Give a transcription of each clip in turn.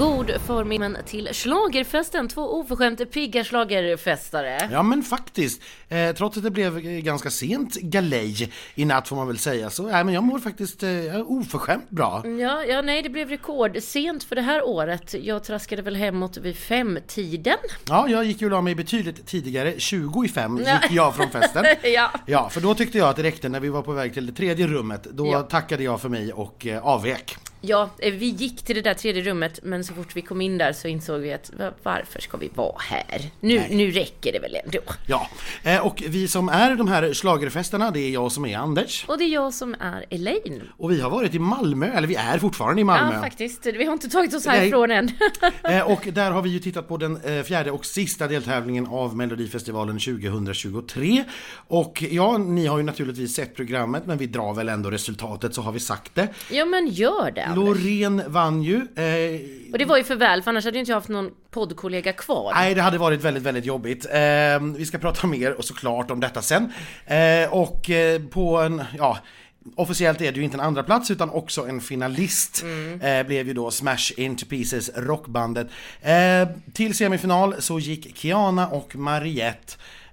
God förmiddag till schlagerfesten. 2 oförskämt pigga schlagerfestare. Ja, men faktiskt. Trots att det blev ganska sent galej i natt får man väl säga. Så men jag mår faktiskt oförskämt bra. Ja, nej, det blev rekord sent för det här året. Jag traskade väl hemåt vid 5-tiden. Ja, jag gick ju och la mig betydligt tidigare. 20:05 gick jag från festen. Ja, för då tyckte jag att det räckte när vi var på väg till det tredje rummet. Då tackade jag för mig och avvek. Ja, vi gick till det där tredje rummet, men så fort vi kom in där så insåg vi att varför ska vi vara här? Nu räcker det väl ändå. Ja, och vi som är de här schlagerfesterna, det är jag som är Anders. Och det är jag som är Elaine. Och vi har varit i Malmö, eller vi är fortfarande i Malmö. Ja, faktiskt. Vi har inte tagit oss härifrån än. Och där har vi ju tittat på den fjärde och sista deltävlingen av Melodifestivalen 2023. Och ja, ni har ju naturligtvis sett programmet, men vi drar väl ändå resultatet, så har vi sagt det. Ja, men gör det. Loreen vann ju. Och det var ju för väl, för annars hade ju inte jag haft någon poddkollega kvar. Nej, det hade varit väldigt, väldigt jobbigt. Vi ska prata mer och såklart om detta sen. Och på en, officiellt är det ju inte en andra plats utan också en finalist blev ju då Smash Into Pieces rockbandet. Till semifinal så gick Kiana och Mariette.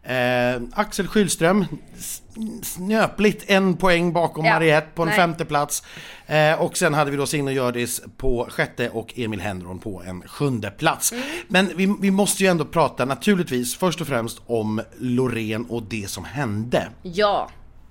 Axel Schylström snöpligt 1 poäng bakom Mariette på en 5:e plats. Och sen hade vi då Signe Hjördis på 6:e och Emil Henron på en 7:e plats. Men vi måste ju ändå prata naturligtvis först och främst om Loreen och det som hände. Ja.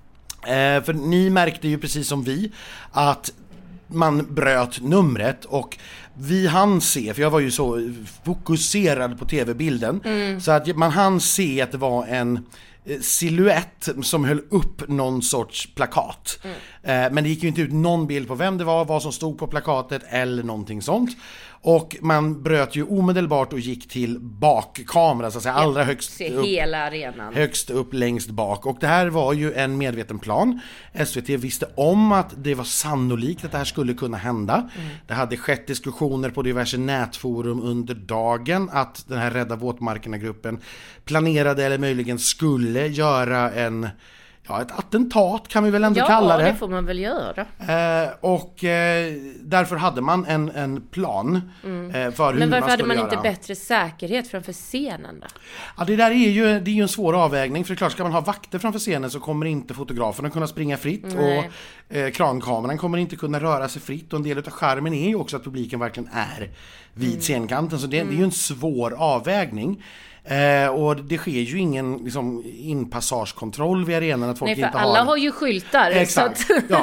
För ni märkte ju precis som vi att man bröt numret och vi hann se, för jag var ju så fokuserad på tv-bilden så att man hann se att det var en silhuett som höll upp någon sorts plakat. Men det gick ju inte ut någon bild på vem det var, vad som stod på plakatet eller någonting sånt. Och man bröt ju omedelbart och gick till bakkamera så att säga, allra högst upp, hela arenan. Högst upp längst bak. Och det här var ju en medveten plan. SVT visste om att det var sannolikt att det här skulle kunna hända. Det hade skett diskussioner på diverse nätforum under dagen att den här Rädda våtmarkerna-gruppen planerade eller möjligen skulle göra ett attentat kan vi väl ändå kalla det. Ja, det får man väl göra. Och därför hade man en plan för hur man skulle göra. Men varför hade man inte bättre säkerhet framför scenen då? Ja, det är ju en svår avvägning. För det är klart, ska man ha vakter framför scenen så kommer inte fotograferna kunna springa fritt. Och krankameran kommer inte kunna röra sig fritt. Och en del av skärmen är ju också att publiken verkligen är vid scenkanten. Så det är ju en svår avvägning. Och det sker ju ingen inpassagekontroll vid arenan att folk inte har. Alla har ju skyltar. Exakt.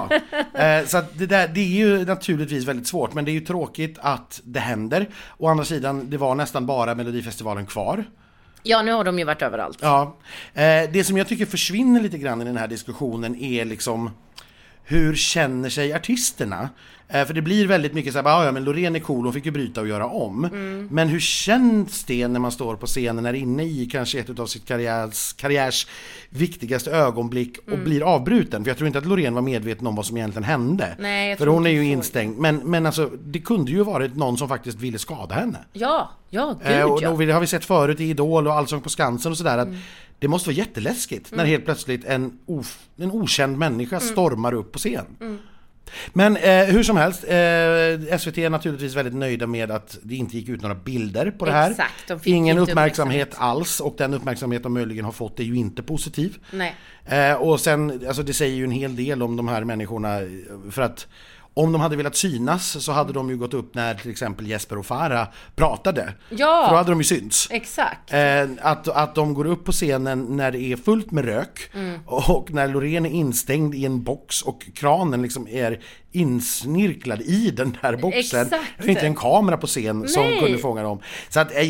Så att det är ju naturligtvis väldigt svårt, men det är ju tråkigt att det händer. Å andra sidan, det var nästan bara Melodifestivalen kvar. Ja, nu har de ju varit överallt. Ja. Det som jag tycker försvinner lite grann i den här diskussionen är liksom hur känner sig artisterna? För det blir väldigt mycket så här, men Loreen är cool, hon fick ju bryta och göra om. Men hur känns det när man står på scenen, är inne i kanske ett av sitt karriärs viktigaste ögonblick och blir avbruten? För jag tror inte att Loreen var medveten om vad som egentligen hände. Nej, för hon är ju instängd. Men alltså, det kunde ju varit någon som faktiskt ville skada henne. Ja, gud och det har vi sett förut i Idol och Allsång på Skansen och sådär, att det måste vara jätteläskigt när helt plötsligt en okänd människa stormar upp på scen. Men hur som helst, SVT är naturligtvis väldigt nöjda med att det inte gick ut några bilder på det här. Exakt, ingen uppmärksamhet alls, och den uppmärksamhet de möjligen har fått är ju inte positiv. Nej. Och sen, alltså det säger ju en hel del om de här människorna, för att om de hade velat synas så hade de ju gått upp när till exempel Jesper och Farah pratade. Ja. För då hade de ju synts. Exakt. Att de går upp på scenen när det är fullt med rök och när Loreen är instängd i en box och kranen liksom är insnirklad i den där boxen. Exakt. Det är inte en kamera på scen som kunde fånga dem. Så att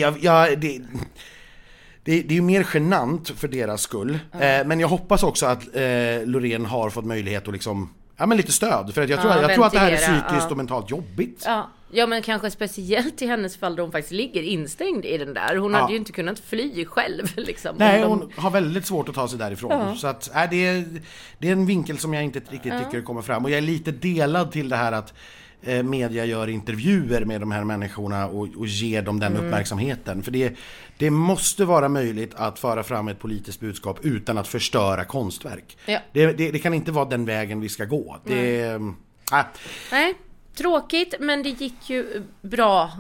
det är ju mer genant för deras skull. Men jag hoppas också att Loreen har fått möjlighet att liksom lite stöd, för att jag tror att det här är psykiskt och mentalt jobbigt. Ja, men kanske speciellt i hennes fall då hon faktiskt ligger instängd i den där. Hon hade ju inte kunnat fly själv liksom. Nej, hon har väldigt svårt att ta sig därifrån. Så att det är en vinkel som jag inte riktigt tycker kommer fram. Och jag är lite delad till det här att media gör intervjuer med de här människorna och ger dem den uppmärksamheten. För det måste vara möjligt att föra fram ett politiskt budskap utan att förstöra konstverk. Ja. Det kan inte vara den vägen vi ska gå. Nej, tråkigt, men det gick ju bra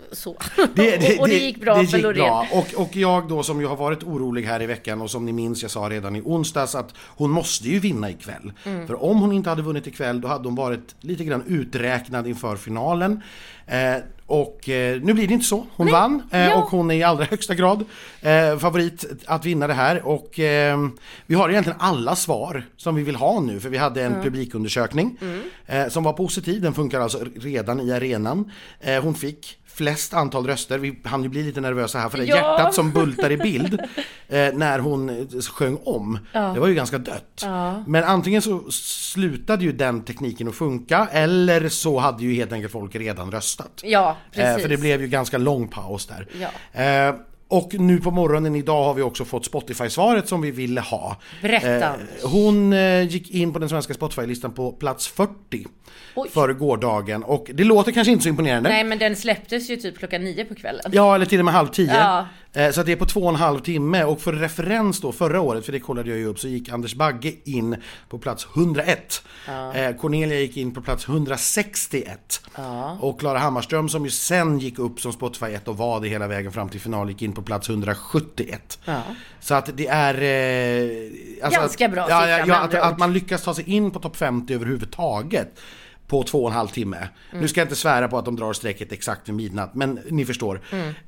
så. Och det gick bra för Loreen. Bra. Och jag då som ju har varit orolig här i veckan och som ni minns, jag sa redan i onsdags att hon måste ju vinna ikväll. För om hon inte hade vunnit ikväll då hade hon varit lite grann uträknad inför finalen. Och nu blir det inte så. Hon vann och hon är i allra högsta grad favorit att vinna det här. Och vi har egentligen alla svar som vi vill ha nu. För vi hade en publikundersökning som var positiv. Den funkar alltså redan i arenan. Hon fick flest antal röster. Vi hann ju bli lite nervösa här för det hjärtat som bultar i bild när hon sjöng om. Det var ju ganska dött. Men antingen så slutade ju den tekniken att funka eller så hade ju helt enkelt folk redan röstat. Ja, precis. För det blev ju ganska lång paus där. Ja. Och nu på morgonen idag har vi också fått Spotify-svaret som vi ville ha. Berätta. Hon gick in på den svenska Spotify-listan på plats 40 för gårdagen. Och det låter kanske inte så imponerande. Nej, men den släpptes ju typ 9:00 på kvällen. Ja, eller till och med 9:30. Ja. Så att det är på 2,5 timme. Och för referens då, förra året, för det kollade jag ju upp, så gick Anders Bagge in på plats 101. Cornelia gick in på plats 161. Och Klara Hammarström som ju sen gick upp som Spotify 1 och var det hela vägen fram till final gick in på plats 171. Så att det är alltså ganska bra siffra, att man lyckas ta sig in på topp 50 överhuvudtaget på 2,5 timme. Nu ska jag inte svära på att de drar strecket exakt vid midnatt, men ni förstår.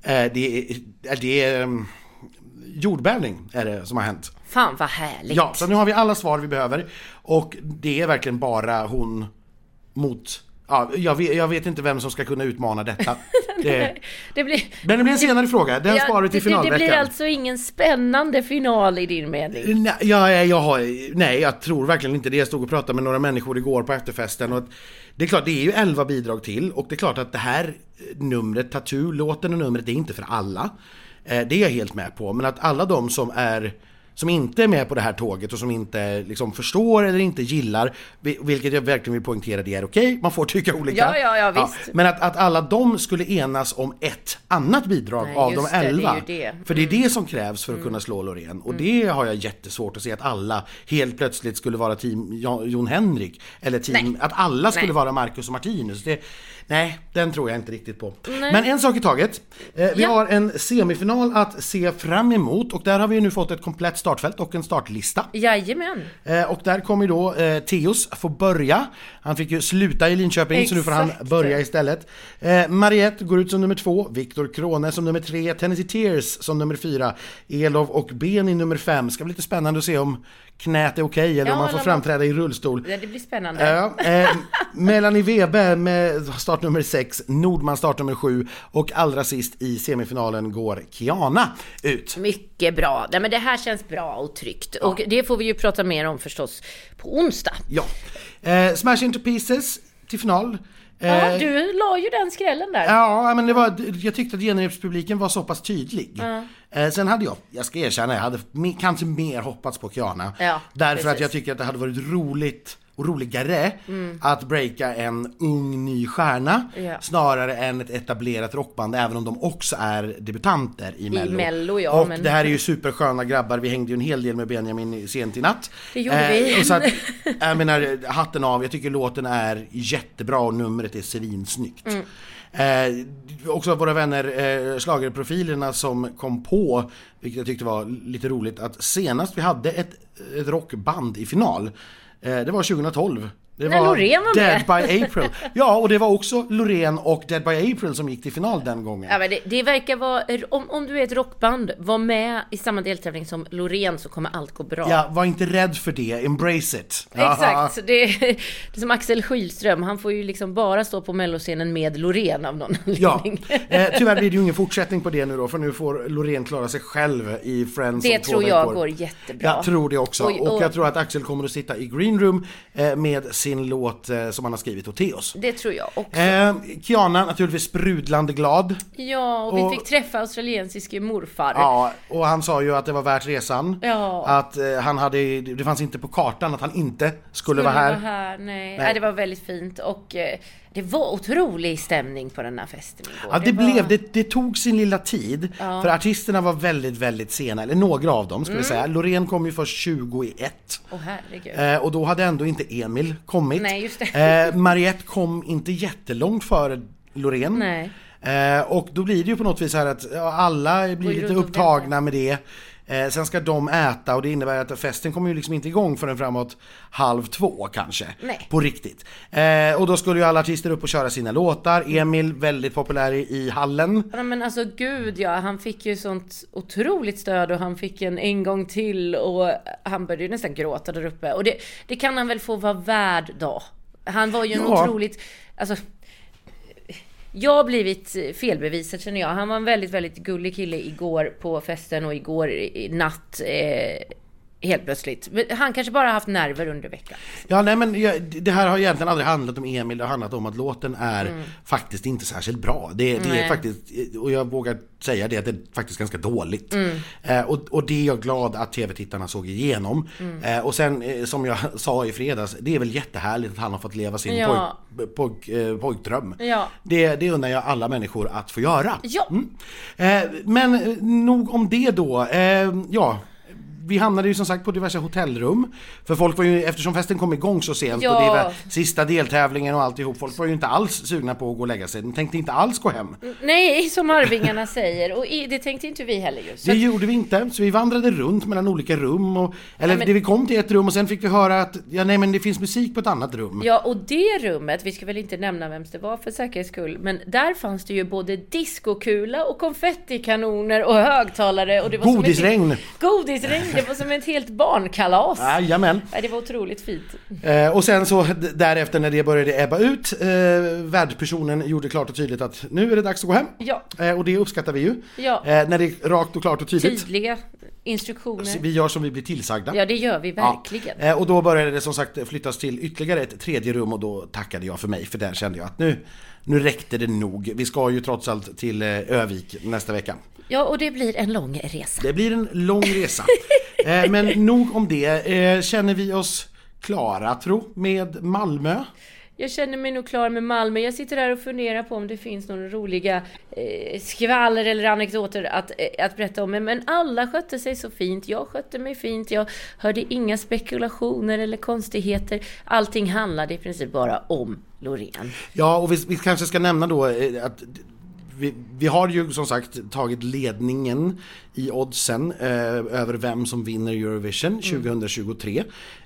Det är jordbävning är det som har hänt. Fan vad härligt. Ja, så nu har vi alla svar vi behöver och det är verkligen bara hon mot... Ja, jag vet inte vem som ska kunna utmana detta. Men det blir en senare fråga. Den sparar vi till finalveckan. Det blir alltså ingen spännande final i din mening? Nej, jag tror verkligen inte det. Jag stod och pratade med några människor igår på efterfesten. Och det är klart, det är ju 11 bidrag till. Och det är klart att det här numret, Tattoo, låten och numret, det är inte för alla. Det är jag helt med på. Men att alla de som inte är med på det här tåget och som inte liksom förstår eller inte gillar, vilket jag verkligen vill poängtera, det är okej. Man får tycka olika. Ja, visst. Men att alla de skulle enas om ett annat bidrag av de 11. För det är det som krävs för att kunna slå Loreen. Och det har jag jättesvårt att se att alla helt plötsligt skulle vara team Jon Henrik. Eller att alla skulle vara Marcus och Martinus. Nej, den tror jag inte riktigt på. Nej. Men en sak i taget. Vi har en semifinal att se fram emot. Och där har vi nu fått ett komplett startfält och en startlista. Jajamän. Och där kommer ju då Theos få börja. Han fick ju sluta i Linköping. Så nu får han börja istället. Mariette går ut som nummer 2. Viktor Krone som nummer 3. Tennessee Tears som nummer 4. Elov och Ben i nummer 5. Ska bli lite spännande att se om knät är okej eller om man får framträda i rullstol. Det blir spännande. Melanie Webe med startnummer 6, Nordman startnummer 7 och allra sist i semifinalen går Kiana ut. Mycket bra. Nej, men det här känns bra och tryggt. Och det får vi ju prata mer om förstås på onsdag. Ja. Smash Into Pieces till final. Ja, du la ju den skrällen där. Ja, men jag tyckte att genrepspubliken var så pass tydlig. Sen hade jag ska erkänna, jag hade kanske mer hoppats på Kiana. Därför att jag tycker att det hade varit roligt och roligare att breaka en ung ny stjärna snarare än ett etablerat rockband, även om de också är debutanter i Mello. Och det här är ju supersköna grabbar. Vi hängde ju en hel del med Benjamin sent i natt. Det gjorde vi. Och så att, jag menar, hatten av. Jag tycker låten är jättebra och numret är svinsnyggt. Också våra vänner schlagerprofilerna som kom på, vilket jag tyckte var lite roligt, att senast vi hade ett rockband i final, det var 2012. Det var Loreen var Dead by April. Ja, och det var också Loreen och Dead by April som gick till final den gången. Ja, men det verkar vara, om du är ett rockband, var med i samma deltävling som Loreen så kommer allt gå bra. Ja, var inte rädd för det. Embrace it. Exakt. Det är som Axel Skylström. Han får ju liksom bara stå på melloscenen med Loreen av någon anledning. Tyvärr blir det ju ingen fortsättning på det nu då, för nu får Loreen klara sig själv i Friends. Det tror jag går jättebra. Jag tror det också. Och jag tror att Axel kommer att sitta i Green Room med sin låt som han har skrivit åt Theos. Det tror jag också. Kiana naturligtvis sprudlande glad. Ja, och vi fick träffa australiensiske morfar. Ja, och han sa ju att det var värt resan. Ja. Att det fanns inte på kartan att han inte skulle vara här. Nej, det var väldigt fint och det var otrolig stämning på den här festen igår. Ja, det tog sin lilla tid. För artisterna var väldigt, väldigt sena. Eller några av dem, skulle jag säga. Loreen kom ju först 21. Herregud. Och då hade ändå inte Emil kommit. Nej, just det. Mariette kom inte jättelångt före Loreen. Nej. Och då blir det ju på något vis här att alla blir lite upptagna med det. Sen ska de äta och det innebär att festen kommer ju liksom inte igång förrän framåt 1:30 kanske. Nej. På riktigt. Och då skulle ju alla artister upp och köra sina låtar. Emil, väldigt populär i hallen. Ja, men alltså gud ja, han fick ju sånt otroligt stöd och han fick en gång till och han började ju nästan gråta där uppe. Och det kan han väl få vara värd då. Han var ju en otroligt, alltså jag har blivit felbevisad känner jag. Han var en väldigt, väldigt gullig kille igår på festen och igår i natt helt plötsligt. Han kanske bara haft nerver under veckan. Ja, nej men det här har egentligen aldrig handlat om Emil. Det har handlat om att låten är faktiskt inte särskilt bra. Det är faktiskt, och jag vågar säga det, att det är faktiskt ganska dåligt. Och det är jag glad att tv-tittarna såg igenom. Och sen, som jag sa i fredags, det är väl jättehärligt att han har fått leva sin pojkdröm. Ja. Det undrar jag alla människor att få göra. Ja. Men nog om det då. Vi hamnade ju som sagt på diverse hotellrum. För folk var ju, eftersom festen kom igång så sent och det var sista deltävlingen och alltihop, folk var ju inte alls sugna på att gå och lägga sig. De tänkte inte alls gå hem. Nej, som arvingarna säger. Och det tänkte inte vi heller just. Det gjorde vi inte. Så vi vandrade runt mellan olika rum. Vi kom till ett rum och sen fick vi höra att det finns musik på ett annat rum. Ja, och det rummet, vi ska väl inte nämna vem det var för säkerhets skull, men där fanns det ju både diskokula och konfettikanoner och högtalare. Och det var Godisregn. Det var som ett helt barnkalas. Jajamän. Det var otroligt fint. Och sen så därefter när det började ebba ut, värdpersonen gjorde klart och tydligt att nu är det dags att gå hem. Ja. Och det uppskattar vi ju. Ja. När det är rakt och klart och tydligt. Tydliga instruktioner. Så vi gör som vi blir tillsagda. Ja, det gör vi verkligen. Ja. Och då började det som sagt flyttas till ytterligare ett tredje rum och då tackade jag för mig. För där kände jag att nu räckte det nog. Vi ska ju trots allt till Övik nästa vecka. Ja, och det blir en lång resa. Det blir en lång resa. Men nog om det. Känner vi oss klara, med Malmö? Jag känner mig nog klar med Malmö. Jag sitter där och funderar på om det finns några roliga skvaller eller anekdoter att berätta om. Men alla skötte sig så fint. Jag skötte mig fint. Jag hörde inga spekulationer eller konstigheter. Allting handlade i princip bara om Loreen. Ja, och vi kanske ska nämna då att vi har ju som sagt tagit ledningen i oddsen över vem som vinner Eurovision 2023.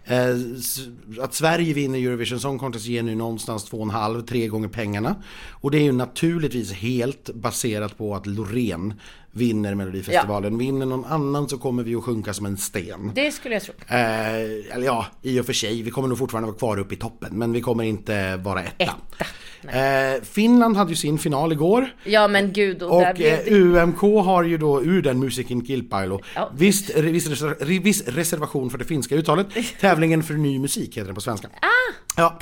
Att Sverige vinner Eurovision Song Contest ger nu någonstans 2,5-3 gånger pengarna. Och det är ju naturligtvis helt baserat på att Loreen vinner Melodifestivalen. Vinner någon annan så kommer vi att sjunka som en sten. Det skulle jag tro. Eller ja, i och för sig. Vi kommer nog fortfarande vara kvar uppe i toppen. Men vi kommer inte vara etta. Finland hade ju sin final igår. Ja, men gud. Och UMK har ju då ur den musiken Kilpailu. Viss reservation för det finska uttalet. Tävlingen för ny musik heter den på svenska. Ja,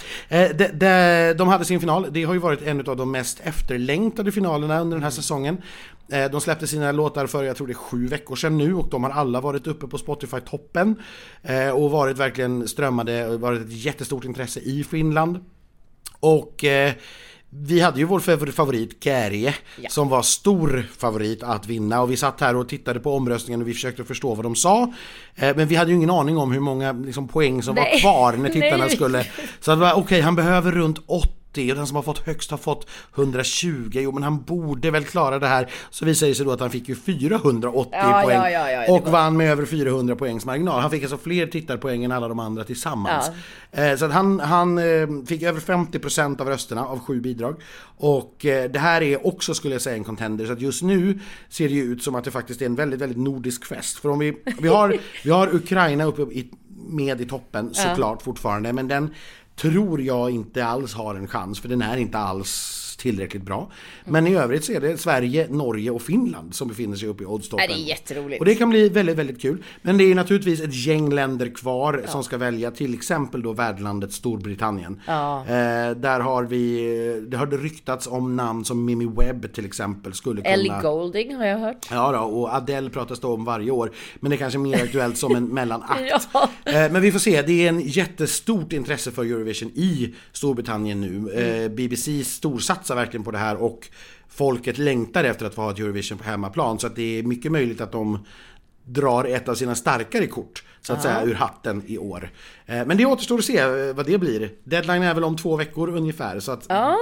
de hade sin final. Det har ju varit en av de mest efterlängtade finalerna under den här säsongen. De släppte sina låtar för, jag tror det är 7 veckor sedan nu, och de har alla varit uppe på Spotify-toppen och varit verkligen strömmade och varit ett jättestort intresse i Finland. Och vi hade ju vår favorit Käärijä som var stor favorit att vinna, och vi satt här och tittade på omröstningen och vi försökte förstå vad de sa, men vi hade ju ingen aning om hur många poäng som var kvar när tittarna skulle, så det var okej, han behöver runt 80 och den som har fått högst har fått 120. Jo, men han borde väl klara det här. Så visar det sig då att han fick ju 480 poäng och vann med över 400 poängs marginal. Han fick alltså fler tittarpoäng än alla de andra tillsammans. Så att han fick över 50% av rösterna av 7 bidrag. Och det här är också, skulle jag säga, en contender. Så att just nu ser det ju ut som att det faktiskt är en väldigt, väldigt nordisk fest. För om vi har Ukraina uppe med i toppen såklart fortfarande, men den tror jag inte alls har en chans, för den är inte alls tillräckligt bra. Men i övrigt så är det Sverige, Norge och Finland som befinner sig uppe i oddstoppen. Det är jätteroligt. Och det kan bli väldigt, väldigt kul. Men det är naturligtvis ett gäng länder kvar som ska välja, till exempel då värdlandet Storbritannien. Där har det har ryktats om namn som Mimi Webb till exempel skulle kunna... Ellie Goulding har jag hört. Ja då, och Adele pratas det om varje år. Men det är kanske mer aktuellt som en mellanakt. Men vi får se, det är en jättestort intresse för Eurovision i Storbritannien nu. BBC storsatsar verkligen på det här och folket längtar efter att få ha ett Eurovision på hemmaplan, så att det är mycket möjligt att de drar ett av sina starkare kort så att säga ur hatten i år. Men det återstår att se vad det blir. Deadline är väl om 2 veckor ungefär, så att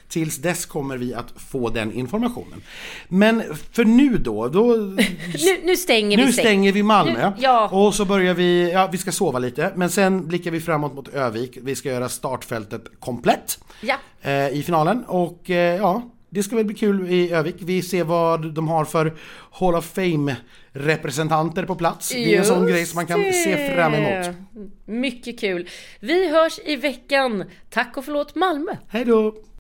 tills dess kommer vi att få den informationen. Men för nu då nu stänger vi Malmö. Ja. Och så börjar vi ska sova lite, men sen blickar vi framåt mot Övik. Vi ska göra startfältet komplett i finalen, och det ska väl bli kul i Övik. Vi ser vad de har för Hall of Fame-representanter på plats. Det är en sån grej som man kan se fram emot. Mycket kul. Vi hörs i veckan. Tack och förlåt Malmö. Hej då!